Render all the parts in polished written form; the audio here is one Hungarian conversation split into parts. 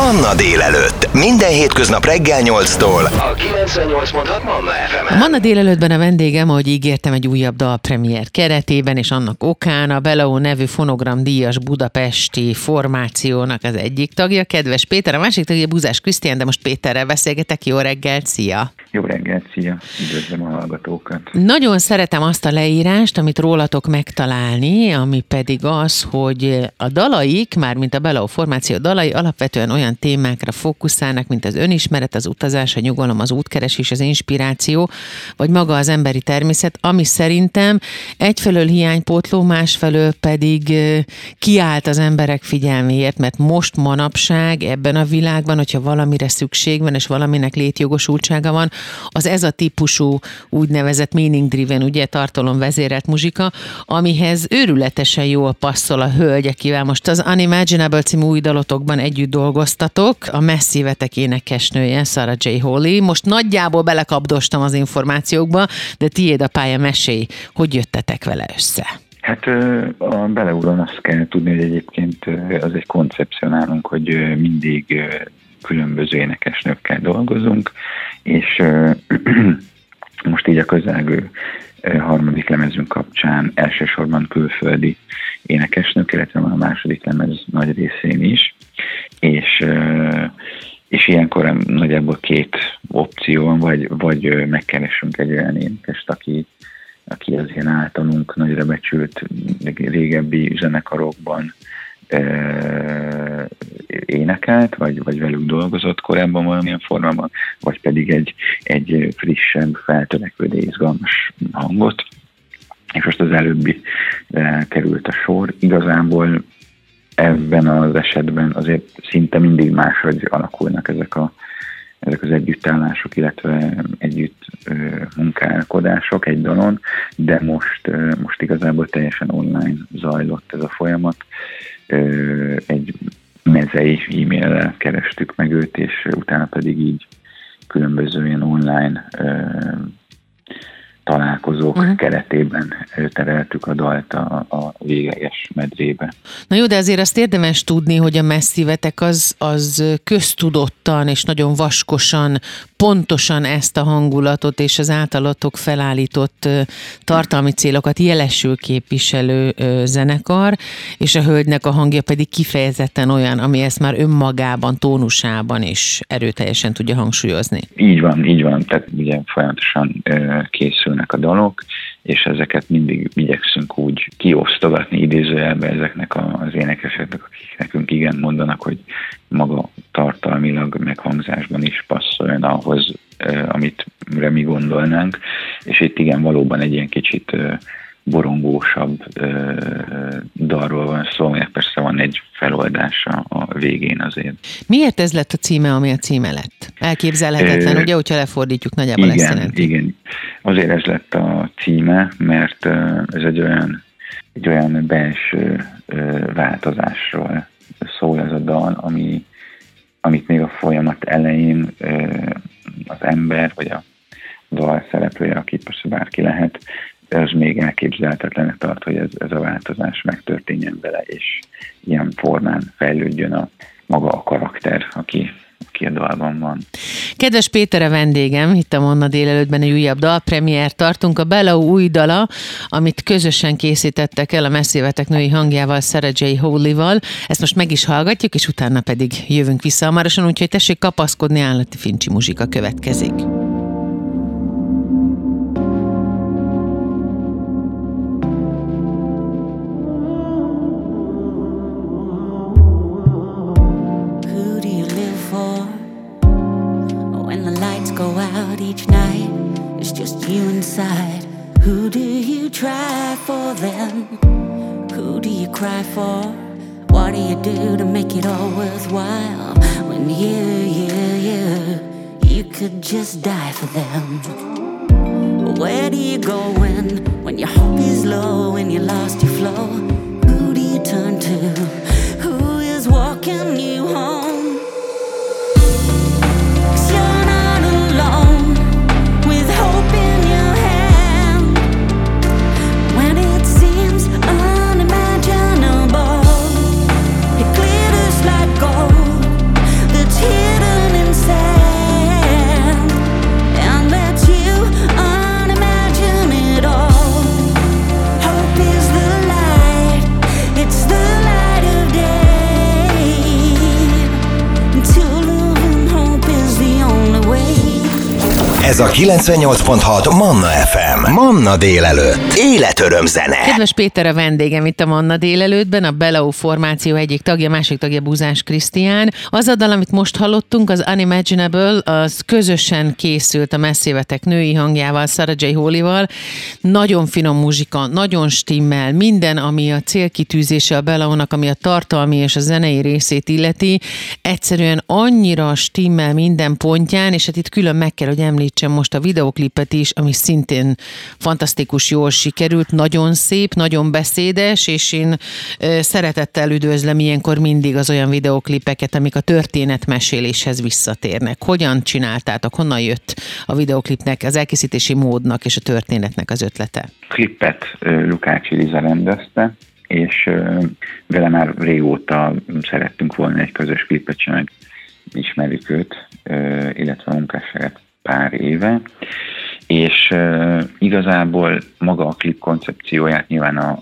Manna délelőtt. Minden hétköznap reggel 8-tól a 98.6 Manna FM-en. A Manna délelőttben a vendégem, ahogy ígértem, egy újabb dalpremiér keretében, és annak okán a Beleó nevű fonogramdíjas budapesti formációnak az egyik tagja, Kedves Péter, a másik tagja Buzás Krisztián, de most Péterrel beszélgetek. Jó reggelt, szia! Jó reggelt, szia! Üdvözlöm a hallgatókat! Nagyon szeretem azt a leírást, amit rólatok megtalálni, ami pedig az, hogy a dalaik, mármint a Beleó formáció dalai alapvetően olyan témákra fókuszálnak, mint az önismeret, az utazás, a nyugalom, az útkeresés, az inspiráció, vagy maga az emberi természet, ami szerintem egyfelől hiánypótló, másfelől pedig kiállt az emberek figyelméért, mert most manapság ebben a világban, hogyha valamire szükség van, és valaminek létjogosultsága van, az ez a típusú úgynevezett meaning driven, ugye, tartalomvezérelt muzsika, amihez őrületesen jól passzol a hölgy, akivel most az Unimaginable című új dalotokban együtt dolgoztatok, a Massivetek énekesnője, Sarah J. Holly. Most nagyjából belekapdostam az információkba, de tiéd a pálya, mesélj, hogy jöttetek vele össze? Hát a Beleóról azt kell tudni, hogy egyébként az egy koncepció nálunk, hogy mindig különböző énekesnőkkel dolgozunk, és most így a közelgő harmadik lemezünk kapcsán elsősorban külföldi énekesnők, illetve a második lemez nagy részén is, és ilyenkor nagyjából két opció van, vagy megkeresünk egy olyan énekest, aki az ilyen általunk nagyra becsült régebbi zenekarokban énekelt, vagy velük dolgozott korábban valamilyen formában, vagy pedig egy frissebb, feltörekvő, izgalmas hangot. És most az előbbi került a sor. Igazából ebben az esetben azért szinte mindig máshogy alakulnak ezek az együttállások, illetve együtt munkálkodások egy dalon, de most igazából teljesen online zajlott ez a folyamat. Egy mezei e-maillel kerestük meg őt, és utána pedig így különböző ilyen online találkozók keretében tereltük a dalt a végleges medrébe. Na jó, de azért azt érdemes tudni, hogy a Massivetek az köztudottan és nagyon vaskosan, pontosan ezt a hangulatot és az általatok felállított tartalmi célokat jelesül képviselő zenekar, és a hölgynek a hangja pedig kifejezetten olyan, ami ezt már önmagában, tónusában is erőteljesen tudja hangsúlyozni. Így van. Tehát ugye folyamatosan készülnek a dalok, és ezeket mindig igyekszünk úgy kiosztogatni idézőjelbe ezeknek az énekeseknek, akik nekünk igen mondanak, hogy maga tartalmilag, meg hangzásban is passzoljon ahhoz, amit mi gondolnánk, és itt igen, valóban egy ilyen kicsit borongósabb dalról van szó, aminek persze van egy feloldása a végén azért. Miért ez lett a címe, ami a címe lett? Elképzelhetetlen, ugye, hogyha lefordítjuk, nagyjából ezt jelenti. Igen, azért ez lett a címe, mert ez egy olyan belső változásról szól ez a dal, amit még a folyamat elején az ember, vagy a dal szereplője, aki persze bárki lehet, az még elképzelhetetlenek tart, hogy ez a változás megtörténjen vele, és ilyen formán fejlődjön maga a karakter, aki a dalban van. Kedves Péter a vendégem, itt a Manna délelőttben egy újabb dalpremiért tartunk. A Beleó új dala, amit közösen készítettek el a Massivetek női hangjával, Sarah J. Holly-val. Ezt most meg is hallgatjuk, és utána pedig jövünk vissza hamarosan, úgyhogy tessék kapaszkodni, állati fincsi muzsika következik. Who do you try for then? Who do you cry for? What do you do to make it all worthwhile? When you could just die for them. Where do you go when your hope is low, when you lost your flow? Who do you turn to? Who is walking you home? The Ez a 98.6 Manna FM. Manna délelőtt. Életöröm zene. Kedves Péter a vendégem itt a Manna délelőttben, a Beleo formáció egyik tagja, másik tagja Buzás Krisztián. Az a dal, amit most hallottunk, az Unimaginable, az közösen készült a Messzévetek női hangjával, Sarah J. Hollyval. Nagyon finom muzsika, nagyon stimmel, minden, ami a célkitűzése a Beleónak, ami a tartalmi és a zenei részét illeti, egyszerűen annyira stimmel minden pontján, és hát itt külön meg kell, hogy említsem most a videoklipet is, ami szintén fantasztikus, jól sikerült, nagyon szép, nagyon beszédes, és én szeretettel üdvözlöm ilyenkor mindig az olyan videoklipeket, amik a történetmeséléshez visszatérnek. Hogyan csináltátok, honnan jött a videoklipnek, az elkészítési módnak és a történetnek az ötlete? Klippet Lukácsi Liza rendezte, és vele már régóta szerettünk volna egy közös klipet csinálni, ismerjük őt, illetve a munkásságát pár éve, és igazából maga a klip koncepcióját nyilván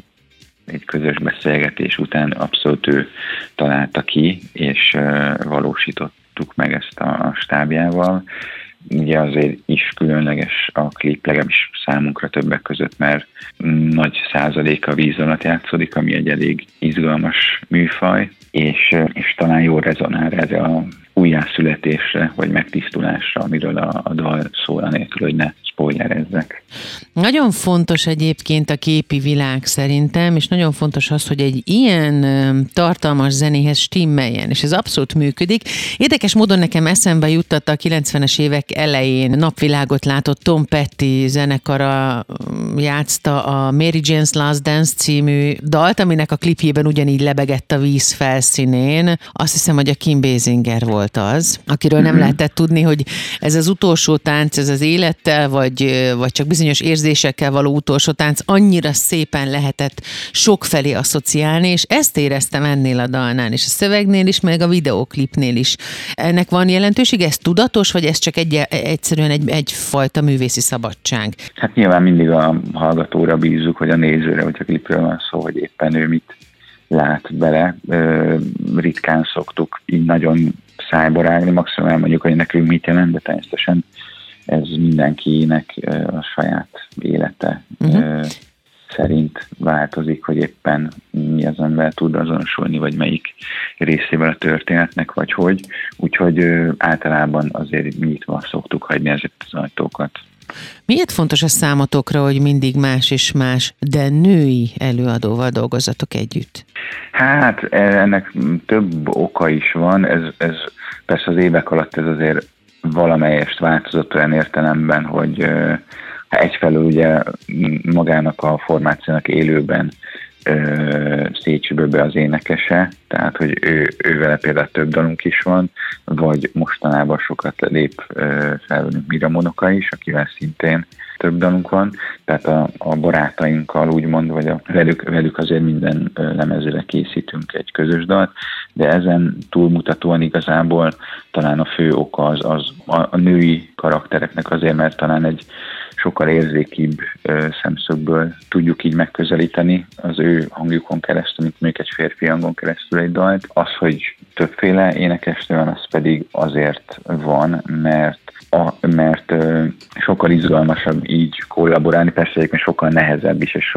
egy közös beszélgetés után abszolút ő találta ki, és valósítottuk meg ezt a stábjával. Ugye azért is különleges a klip, legalábbis számunkra többek között, mert nagy százaléka víz alatt játszódik, ami egy elég izgalmas műfaj, és talán jól rezonál erre a újjászületésre, vagy megtisztulásra, amiről a dal szól, anélkül, hogy ne spoilerezzek. Nagyon fontos egyébként a képi világ szerintem, és nagyon fontos az, hogy egy ilyen tartalmas zenéhez stimmeljen, és ez abszolút működik. Érdekes módon nekem eszembe juttatta a 90-es évek elején napvilágot látott Tom Petty zenekara játszta a Mary Jane's Last Dance című dalt, aminek a klipjében ugyanígy lebegett a víz felszínén. Azt hiszem, hogy a Kim Basinger volt az, akiről nem lehetett tudni, hogy ez az utolsó tánc, ez az élettel, vagy csak bizonyos érzésekkel való utolsó tánc annyira szépen lehetett sokfelé asszociálni, és ezt éreztem ennél a dalnál, és a szövegnél is, meg a videóklipnél is. Ennek van jelentőség? Ez tudatos, vagy ez csak egyszerűen egyfajta művészi szabadság? Hát nyilván mindig a hallgatóra bízzuk, hogy a nézőre, hogy a klipről van szó, hogy éppen ő mit lát bele. Ritkán szoktuk így nagyon szájba rágni, maximum elmondjuk, hogy nekünk mit jelent, de természetesen ez mindenkinek a saját élete szerint változik, hogy éppen mi az ember tud azonosulni, vagy melyik részével a történetnek, vagy hogy. Úgyhogy általában azért nyitva szoktuk hagyni ezeket az ajtókat. Miért fontos a számotokra, hogy mindig más és más, de női előadóval dolgozzatok együtt? Hát ennek több oka is van. Ez persze az évek alatt ez azért valamelyest változott olyan értelemben, hogy egyfelől ugye magának a formációnak élőben Szécsi Böbe az énekese, tehát hogy ő vele például több dalunk is van, vagy mostanában sokat lép fel Mira Monoka is, akivel szintén több dalunk van, tehát a barátainkkal úgymond, vagy velük azért minden lemezre készítünk egy közös dalt, de ezen túlmutatóan igazából talán a fő oka az a női karaktereknek azért, mert talán egy sokkal érzékibb szemszögből tudjuk így megközelíteni az ő hangjukon keresztül, mint még egy férfi hangon keresztül egy dalt. Az, hogy többféle énekesnő van, az pedig azért van, mert sokkal izgalmasabb így kollaborálni, persze egyébként sokkal nehezebb is, és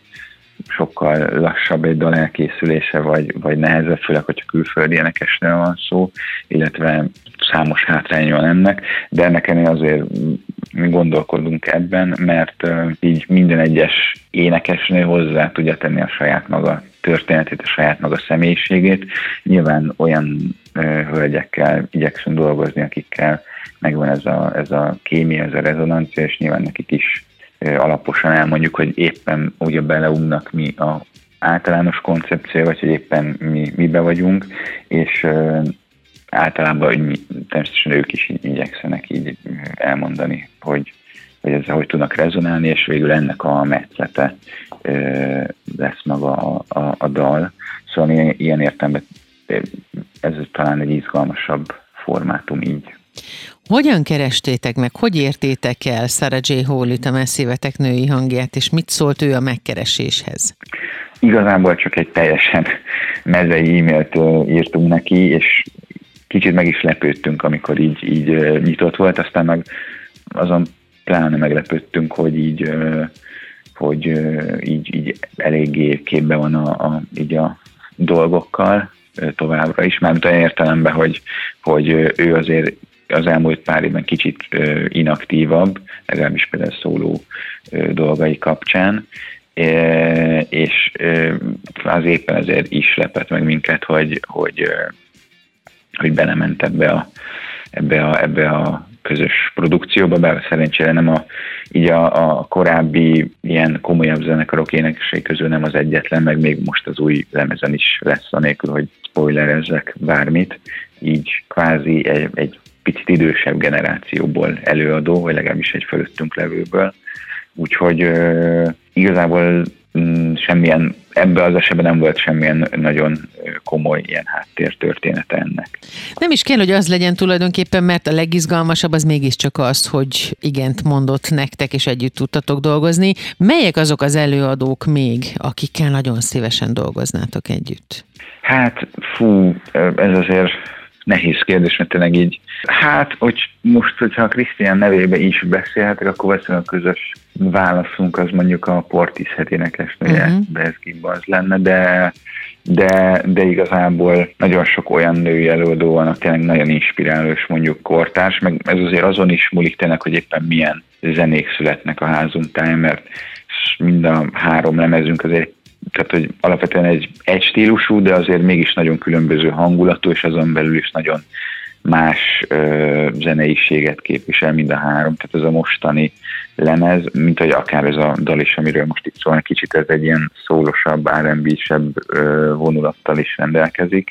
sokkal lassabb egy dal elkészülése, vagy nehezebb, főleg, hogyha külföldi énekesnőről van szó, illetve számos hátránya van ennek, de ennek ennél azért mi gondolkodunk ebben, mert így minden egyes énekesnő hozzá tudja tenni a saját maga történetét, a saját maga személyiségét. Nyilván olyan hölgyekkel igyekszünk dolgozni, akikkel megvan ez a kémia, ez a rezonancia, és nyilván nekik is alaposan elmondjuk, hogy éppen ugye Beleónak mi a általános koncepció, vagy hogy éppen mibe vagyunk, és általában természetesen ők is igyekszenek így elmondani, hogy ezzel hogy tudnak rezonálni, és végül ennek a metszete lesz maga a dal. Szóval ilyen értelemben ez talán egy izgalmasabb formátum így. Hogyan kerestétek meg, hogy értétek el Sarah J. Hollyt, a Messzévetek női hangját, és mit szólt ő a megkereséshez? Igazából csak egy teljesen mezei e-mailt írtunk neki, és kicsit meg is lepődtünk, amikor így nyitott volt, aztán meg azon pláne meglepődtünk, hogy így eléggé képben van így a dolgokkal továbbra is, mármint olyan értelemben, hogy ő azért az elmúlt pár évben kicsit inaktívabb, legalábbis például szóló dolgai kapcsán, és az éppen ezért is lepett meg minket, hogy belement ebbe a közös produkcióba, bár szerencsére nem így a korábbi ilyen komolyabb zenekarok énekesei közül nem az egyetlen, meg még most az új lemezen is lesz, anélkül, hogy spoilerezzek bármit, így kvázi egy picit idősebb generációból előadó, vagy legalábbis egy fölöttünk levőből. Úgyhogy igazából ebben az esetben nem volt semmilyen nagyon komoly ilyen háttértörténete ennek. Nem is kell, hogy az legyen tulajdonképpen, mert a legizgalmasabb az mégiscsak az, hogy igent mondott nektek, és együtt tudtatok dolgozni. Melyek azok az előadók még, akikkel nagyon szívesen dolgoznátok együtt? Hát, ez azért nehéz kérdés, mert tényleg így. Hát, hogy most, hogyha a Krisztián nevébe is beszélhetek, akkor valószínűleg a közös válaszunk az mondjuk a Portishead énekesnője, Bezgibba az lenne, de igazából nagyon sok olyan női előadó van, aki tényleg nagyon inspiráló, és mondjuk kortárs, meg ez azért azon is múlik tényleg, hogy éppen milyen zenék születnek a házunk táján, mert mind a 3 lemezünk azért, tehát hogy alapvetően egy stílusú, de azért mégis nagyon különböző hangulatú, és azon belül is nagyon más zeneiséget képvisel mind a 3. Tehát ez a mostani lemez, mint hogy akár ez a dal is, amiről most itt szólnak, kicsit ez egy ilyen szólosabb, R&B-sebb vonulattal is rendelkezik,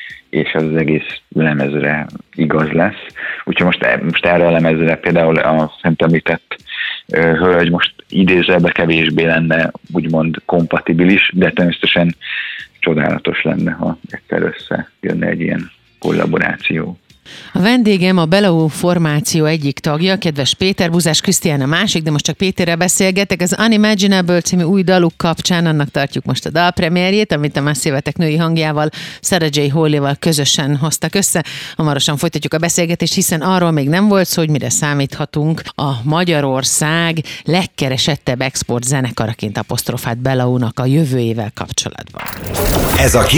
és az egész lemezre igaz lesz. Úgyhogy most erre a lemezre például a fent említett hölgy most idézőbe kevésbé lenne úgymond kompatibilis, de természetesen csodálatos lenne, ha egyszer összejönne egy ilyen kollaboráció. A vendégem a Belau formáció egyik tagja, kedves Péter, Buzás Krisztián a másik, de most csak Péterrel beszélgetek. Az Unimaginable című új daluk kapcsán, annak tartjuk most a dalpremierjét, amit a Masszívetek női hangjával, Sarah J. Hawley-val közösen hoztak össze. Hamarosan folytatjuk a beszélgetést, hiszen arról még nem volt szó, hogy mire számíthatunk a Magyarország legkeresettebb export zenekaraként apostrofált Belaunak a jövőjével kapcsolatban. Ez a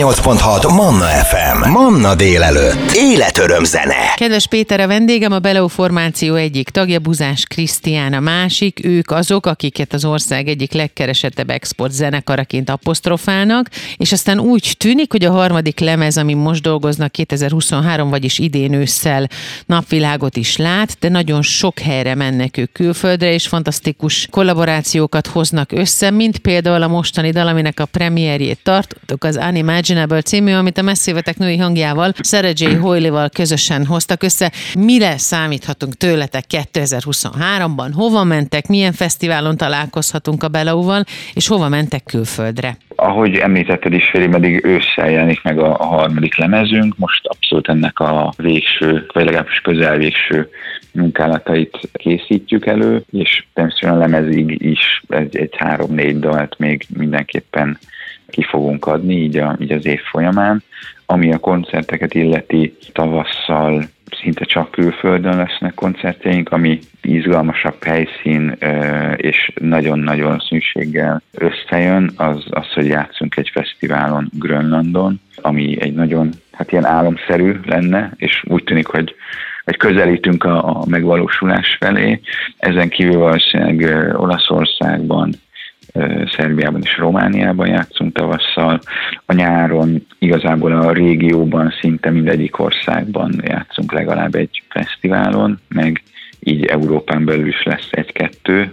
98.6 Manna FM. Manna délelőtt. Életöröm zene. Kedves Péter a vendégem, a Belau formáció egyik tagja, Buzás Krisztián a másik. Ők azok, akiket az ország egyik legkeresettebb export zenekaraként apostrofálnak, és aztán úgy tűnik, hogy a harmadik lemez, amin most dolgoznak 2023, vagyis idén ősszel napvilágot is lát, de nagyon sok helyre mennek ők külföldre, és fantasztikus kollaborációkat hoznak össze, mint például a mostani dal, aminek a premierjét tartottuk, az Unimaginable című, amit a Masszívetek női hangjával, Sarah J. Hawley-val közösen hoztak össze. Mire számíthatunk tőletek 2023-ban? Hova mentek? Milyen fesztiválon találkozhatunk a Belauval? És hova mentek külföldre? Ahogy említetted is, fél évig ősszel jelenik meg a harmadik lemezünk. Most abszolút ennek a végső, vagy legalábbis közel végső munkálatait készítjük elő, és természetesen a lemezig is egy 3-4 dalt még mindenképpen ki fogunk adni, így az év folyamán. Ami a koncerteket illeti, tavasszal szinte csak külföldön lesznek koncertjeink, ami izgalmasabb helyszín és nagyon-nagyon színséggel összejön, az, hogy játszunk egy fesztiválon Grönlandon, ami egy nagyon, ilyen álomszerű lenne, és úgy tűnik, hogy közelítünk a megvalósulás felé. Ezen kívül valószínűleg Olaszországban, Szerbiában és Romániában játszunk tavasszal. A nyáron igazából a régióban szinte mindegyik országban játszunk legalább egy fesztiválon, meg így Európán belül is lesz 1-2,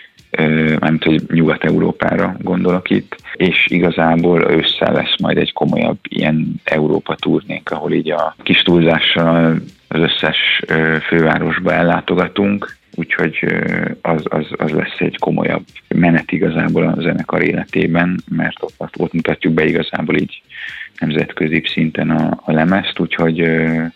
mármint hogy Nyugat-Európára gondolok itt, és igazából ősszel lesz majd egy komolyabb ilyen Európa turnénk, ahol így a kis túlzással az összes fővárosba ellátogatunk, úgyhogy az lesz egy komolyabb menet igazából a zenekar életében, mert ott mutatjuk be igazából így nemzetközi szinten a lemezt, úgyhogy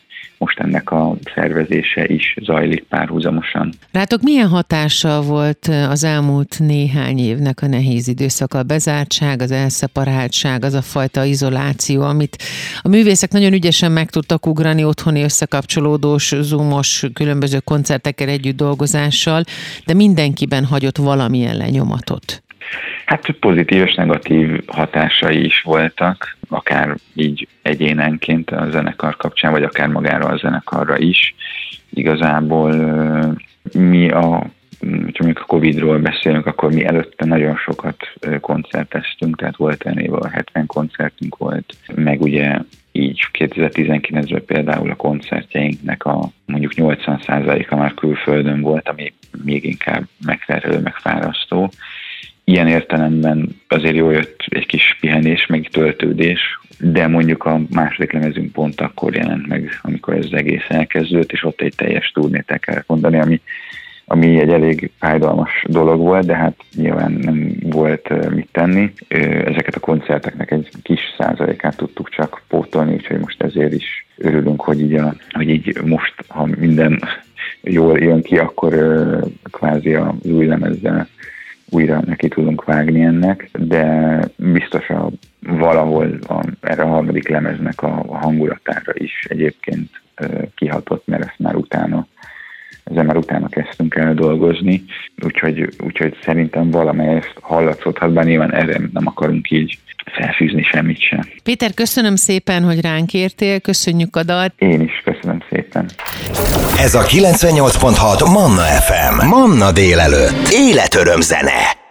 most ennek a szervezése is zajlik párhuzamosan. Rátok milyen hatással volt az elmúlt néhány évnek a nehéz időszak, a bezártság, az elszeparáltság, az a fajta izoláció, amit a művészek nagyon ügyesen meg tudtak ugrani otthoni összekapcsolódós, zoomos, különböző koncertekkel együtt dolgozással, de mindenkiben hagyott valamilyen lenyomatot? Hát pozitív és negatív hatásai is voltak, akár így egyénenként a zenekar kapcsán, vagy akár magára a zenekarra is. Igazából mi mondjuk a Covid-ról beszélünk, akkor mi előtte nagyon sokat koncerteztünk, tehát volt ennél 70 koncertünk volt, meg ugye így 2019-ben például a koncertjeinknek a mondjuk 80%-a már külföldön volt, ami még inkább megterhelő, megfárasztó. Ilyen értelemben azért jól jött egy kis pihenés, meg töltődés, de mondjuk a második lemezünk pont akkor jelent meg, amikor ez az egész elkezdődött, és ott egy teljes turnét el kellett mondani, ami egy elég fájdalmas dolog volt, de hát nyilván nem volt mit tenni. Ezeket a koncerteknek egy kis százalékát tudtuk csak pótolni, úgyhogy most ezért is örülünk, hogy így most, ha minden jól jön ki, akkor kvázi az új lemezzel újra neki tudunk vágni ennek, de biztos valahol erre a harmadik lemeznek a hangulatára is egyébként kihatott, mert ezzel már utána kezdtünk el dolgozni, úgyhogy szerintem valamelyest hallatszódhat, bár nyilván erre nem akarunk így felfűzni semmit sem. Péter, köszönöm szépen, hogy ránk értél, köszönjük a dalt. Én is köszönöm szépen. Ez a 98.6 Manna FM. Manna délelőtt. Életöröm zene.